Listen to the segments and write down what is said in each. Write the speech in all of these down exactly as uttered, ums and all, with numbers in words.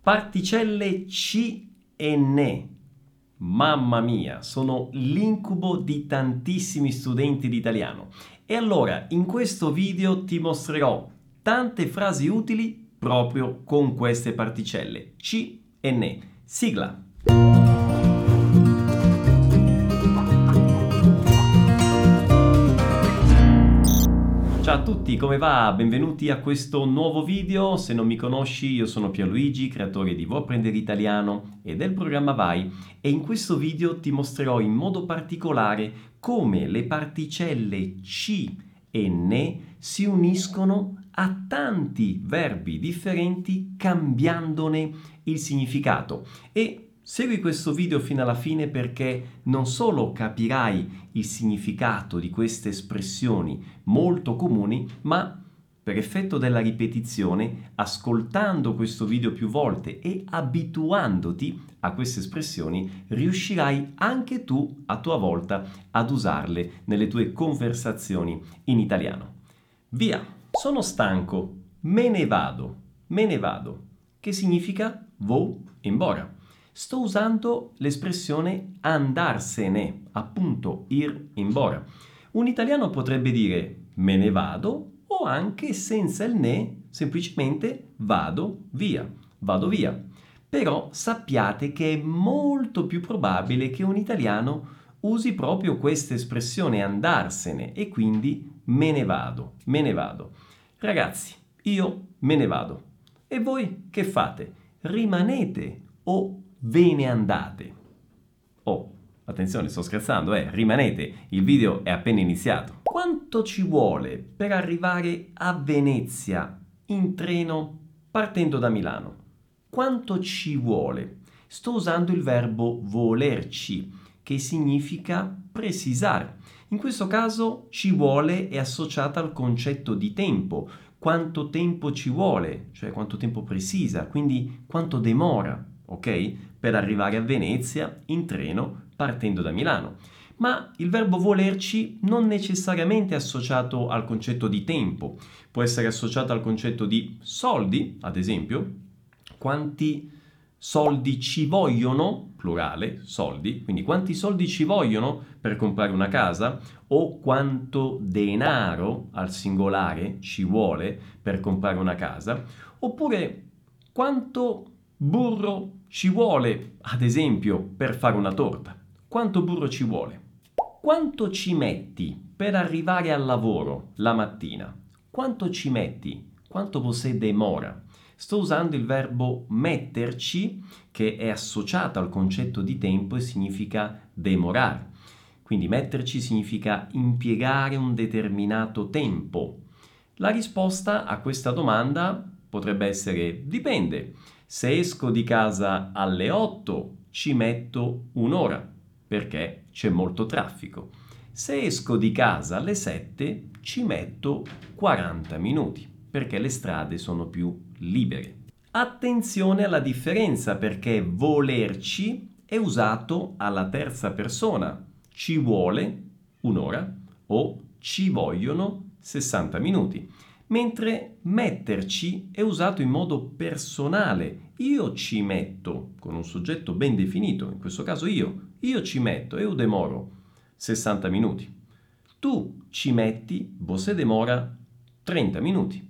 Particelle C e NE. Mamma mia, sono l'incubo di tantissimi studenti di italiano. E allora, in questo video ti mostrerò tante frasi utili proprio con queste particelle C e NE. Sigla! Ciao a tutti, come va? Benvenuti a questo nuovo video. Se non mi conosci, io sono Pierluigi, creatore di Vuoi apprendere italiano e del programma Vai, e in questo video ti mostrerò in modo particolare come le particelle C e NE si uniscono a tanti verbi differenti cambiandone il significato. E segui questo video fino alla fine perché non solo capirai il significato di queste espressioni molto comuni, ma per effetto della ripetizione, ascoltando questo video più volte e abituandoti a queste espressioni, riuscirai anche tu a tua volta ad usarle nelle tue conversazioni in italiano. Via! Sono stanco, me ne vado, me ne vado, che significa vou embora. Sto usando l'espressione andarsene, appunto ir embora. Un italiano potrebbe dire me ne vado o anche senza il ne, semplicemente vado via, vado via. Però sappiate che è molto più probabile che un italiano usi proprio questa espressione andarsene e quindi me ne vado, me ne vado. Ragazzi, io me ne vado. E voi che fate? Rimanete o ve ne andate? Oh, attenzione, sto scherzando, eh, rimanete, il video è appena iniziato. Quanto ci vuole per arrivare a Venezia in treno partendo da Milano? Quanto ci vuole? Sto usando il verbo volerci, che significa precisare. In questo caso ci vuole è associata al concetto di tempo. Quanto tempo ci vuole, cioè quanto tempo precisa, quindi quanto demora, ok? Per arrivare a Venezia in treno partendo da Milano. Ma il verbo volerci non necessariamente è associato al concetto di tempo, può essere associato al concetto di soldi, ad esempio, quanti soldi ci vogliono, plurale, soldi, quindi quanti soldi ci vogliono per comprare una casa, o quanto denaro, al singolare, ci vuole per comprare una casa, oppure quanto burro ci vuole, ad esempio, per fare una torta. Quanto burro ci vuole? Quanto ci metti per arrivare al lavoro la mattina? Quanto ci metti? Quanto você demora? Sto usando il verbo metterci, che è associato al concetto di tempo e significa demorare. Quindi metterci significa impiegare un determinato tempo. La risposta a questa domanda potrebbe essere dipende. Se esco di casa alle otto ci metto un'ora perché c'è molto traffico. Se esco di casa alle sette ci metto quaranta minuti perché le strade sono più libere. Attenzione alla differenza perché volerci è usato alla terza persona. Ci vuole un'ora o ci vogliono sessanta minuti. Mentre metterci è usato in modo personale. Io ci metto, con un soggetto ben definito, in questo caso io, io ci metto, eu demoro sessanta minuti. Tu ci metti, você demora trenta minuti.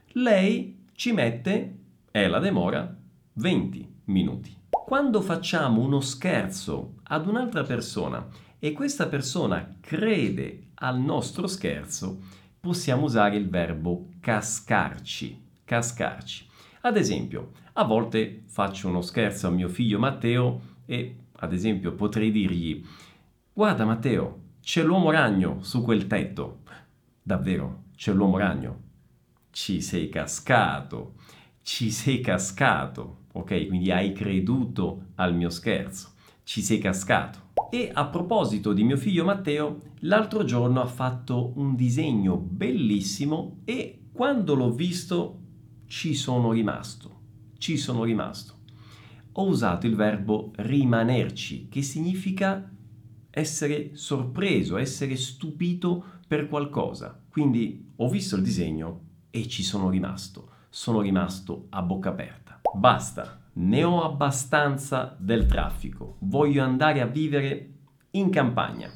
Lei ci mette, ella demora venti minuti. Quando facciamo uno scherzo ad un'altra persona e questa persona crede al nostro scherzo, possiamo usare il verbo cascarci, cascarci. Ad esempio, a volte faccio uno scherzo a mio figlio Matteo e, ad esempio, potrei dirgli guarda Matteo, c'è l'uomo ragno su quel tetto. Davvero, c'è l'uomo ragno? Ci sei cascato, ci sei cascato, ok? Quindi hai creduto al mio scherzo, ci sei cascato. E a proposito di mio figlio Matteo, l'altro giorno ha fatto un disegno bellissimo e quando l'ho visto ci sono rimasto, ci sono rimasto. Ho usato il verbo rimanerci, che significa essere sorpreso, essere stupito per qualcosa. Quindi ho visto il disegno e ci sono rimasto, sono rimasto a bocca aperta. Basta, ne ho abbastanza del traffico, voglio andare a vivere in campagna.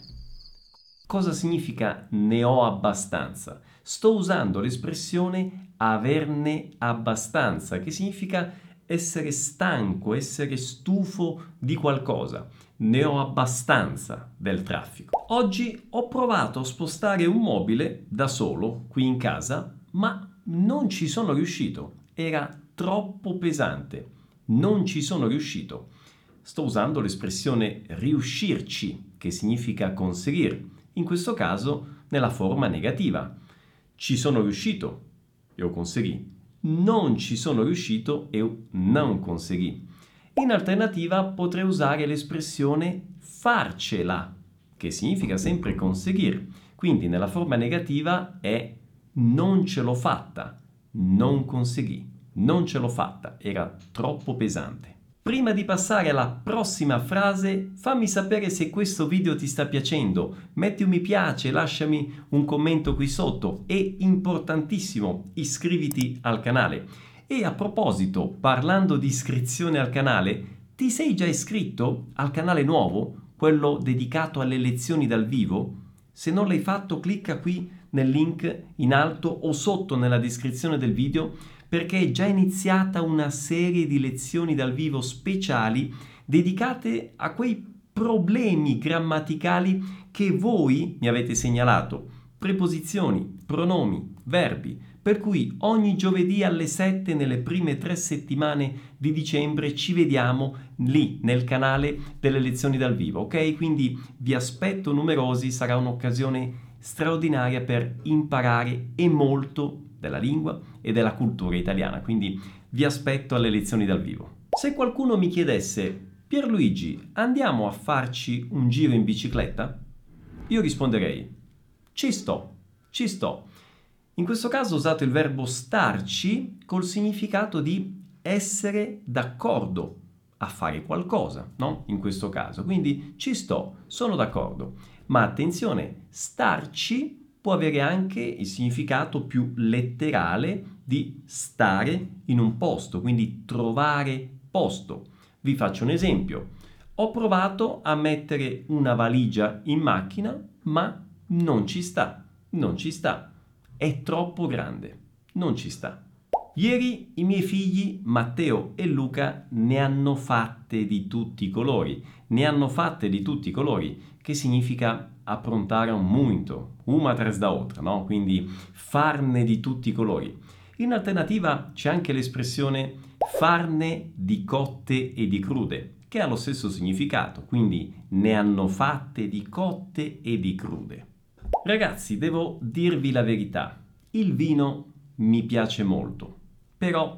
Cosa significa ne ho abbastanza? Sto usando l'espressione averne abbastanza, che significa essere stanco, essere stufo di qualcosa. Ne ho abbastanza del traffico. Oggi ho provato a spostare un mobile da solo qui in casa, ma non ci sono riuscito. Era troppo pesante. Non ci sono riuscito. Sto usando l'espressione riuscirci, che significa conseguire. In questo caso nella forma negativa. Ci sono riuscito e ho conseguì. Non ci sono riuscito e ho non conseguì. In alternativa potrei usare l'espressione farcela, che significa sempre conseguire. Quindi nella forma negativa è non ce l'ho fatta, non conseguì, non ce l'ho fatta, era troppo pesante. Prima di passare alla prossima frase, fammi sapere se questo video ti sta piacendo, metti un mi piace, lasciami un commento qui sotto e, importantissimo, iscriviti al canale. E a proposito, parlando di iscrizione al canale, ti sei già iscritto al canale nuovo, quello dedicato alle lezioni dal vivo? Se non l'hai fatto, clicca qui nel link in alto o sotto nella descrizione del video, perché è già iniziata una serie di lezioni dal vivo speciali dedicate a quei problemi grammaticali che voi mi avete segnalato. Preposizioni, pronomi, verbi, per cui ogni giovedì alle sette nelle prime tre settimane di dicembre ci vediamo lì nel canale delle lezioni dal vivo, ok? Quindi vi aspetto numerosi, sarà un'occasione straordinaria per imparare e molto della lingua e della cultura italiana, quindi vi aspetto alle lezioni dal vivo. Se qualcuno mi chiedesse: Pierluigi, andiamo a farci un giro in bicicletta? Io risponderei: ci sto, ci sto. In questo caso ho usato il verbo starci col significato di essere d'accordo a fare qualcosa, no? In questo caso, quindi ci sto, sono d'accordo. Ma attenzione, starci può avere anche il significato più letterale di stare in un posto, quindi trovare posto. Vi faccio un esempio. Ho provato a mettere una valigia in macchina, ma non ci sta, non ci sta. È troppo grande, non ci sta. Ieri i miei figli Matteo e Luca ne hanno fatte di tutti i colori. Ne hanno fatte di tutti i colori, che significa approntare un muito, una tras da outra, no? Quindi farne di tutti i colori. In alternativa c'è anche l'espressione farne di cotte e di crude, che ha lo stesso significato, quindi ne hanno fatte di cotte e di crude. Ragazzi, devo dirvi la verità, il vino mi piace molto, però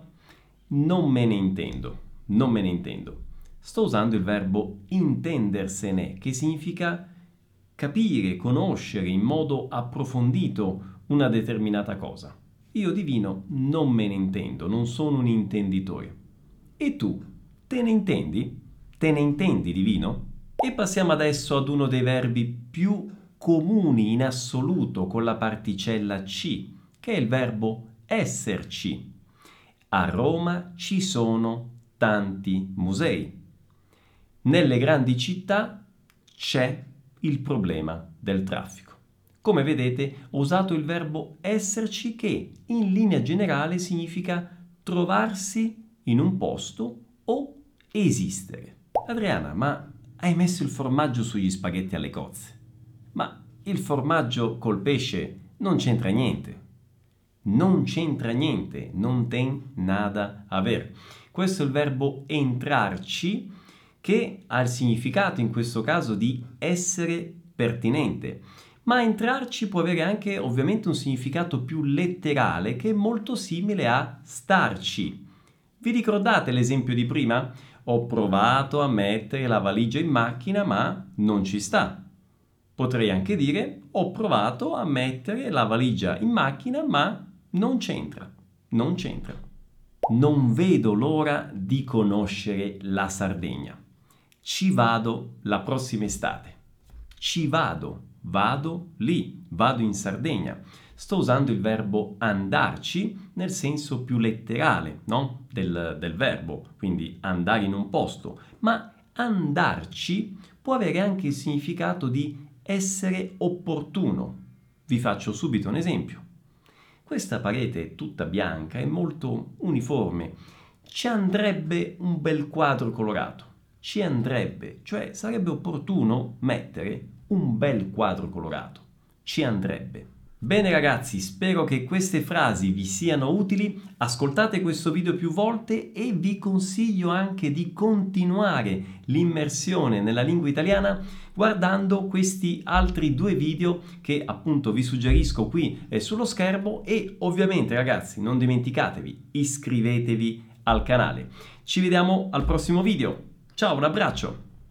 non me ne intendo, non me ne intendo. Sto usando il verbo intendersene, che significa capire, conoscere in modo approfondito una determinata cosa. Io di vino non me ne intendo, non sono un intenditore. E tu, te ne intendi? Te ne intendi di vino? E passiamo adesso ad uno dei verbi più comuni in assoluto con la particella ci, che è il verbo esserci. A Roma ci sono tanti musei. Nelle grandi città c'è il problema del traffico. Come vedete, ho usato il verbo esserci, che in linea generale significa trovarsi in un posto o esistere. Adriana, ma hai messo il formaggio sugli spaghetti alle cozze? Ma il formaggio col pesce non c'entra niente. Non c'entra niente, non ten nada a ver. Questo è il verbo entrarci, che ha il significato in questo caso di essere pertinente. Ma entrarci può avere anche ovviamente un significato più letterale, che è molto simile a starci. Vi ricordate l'esempio di prima? Ho provato a mettere la valigia in macchina, ma non ci sta. Potrei anche dire: ho provato a mettere la valigia in macchina, ma non c'entra, non c'entra. Non vedo l'ora di conoscere la Sardegna. Ci vado la prossima estate. Ci vado, vado lì, vado in Sardegna. sto usando il verbo andarci nel senso più letterale, no? Del, del verbo, quindi andare in un posto, ma andarci può avere anche il significato di essere opportuno. Vi faccio subito un esempio. Questa parete tutta bianca è molto uniforme. Ci andrebbe un bel quadro colorato. Ci andrebbe, cioè sarebbe opportuno mettere un bel quadro colorato. Ci andrebbe. Bene ragazzi, spero che queste frasi vi siano utili. Ascoltate questo video più volte e vi consiglio anche di continuare l'immersione nella lingua italiana guardando questi altri due video che appunto vi suggerisco qui sullo schermo e ovviamente ragazzi non dimenticatevi, iscrivetevi al canale. Ci vediamo al prossimo video. Ciao, un abbraccio!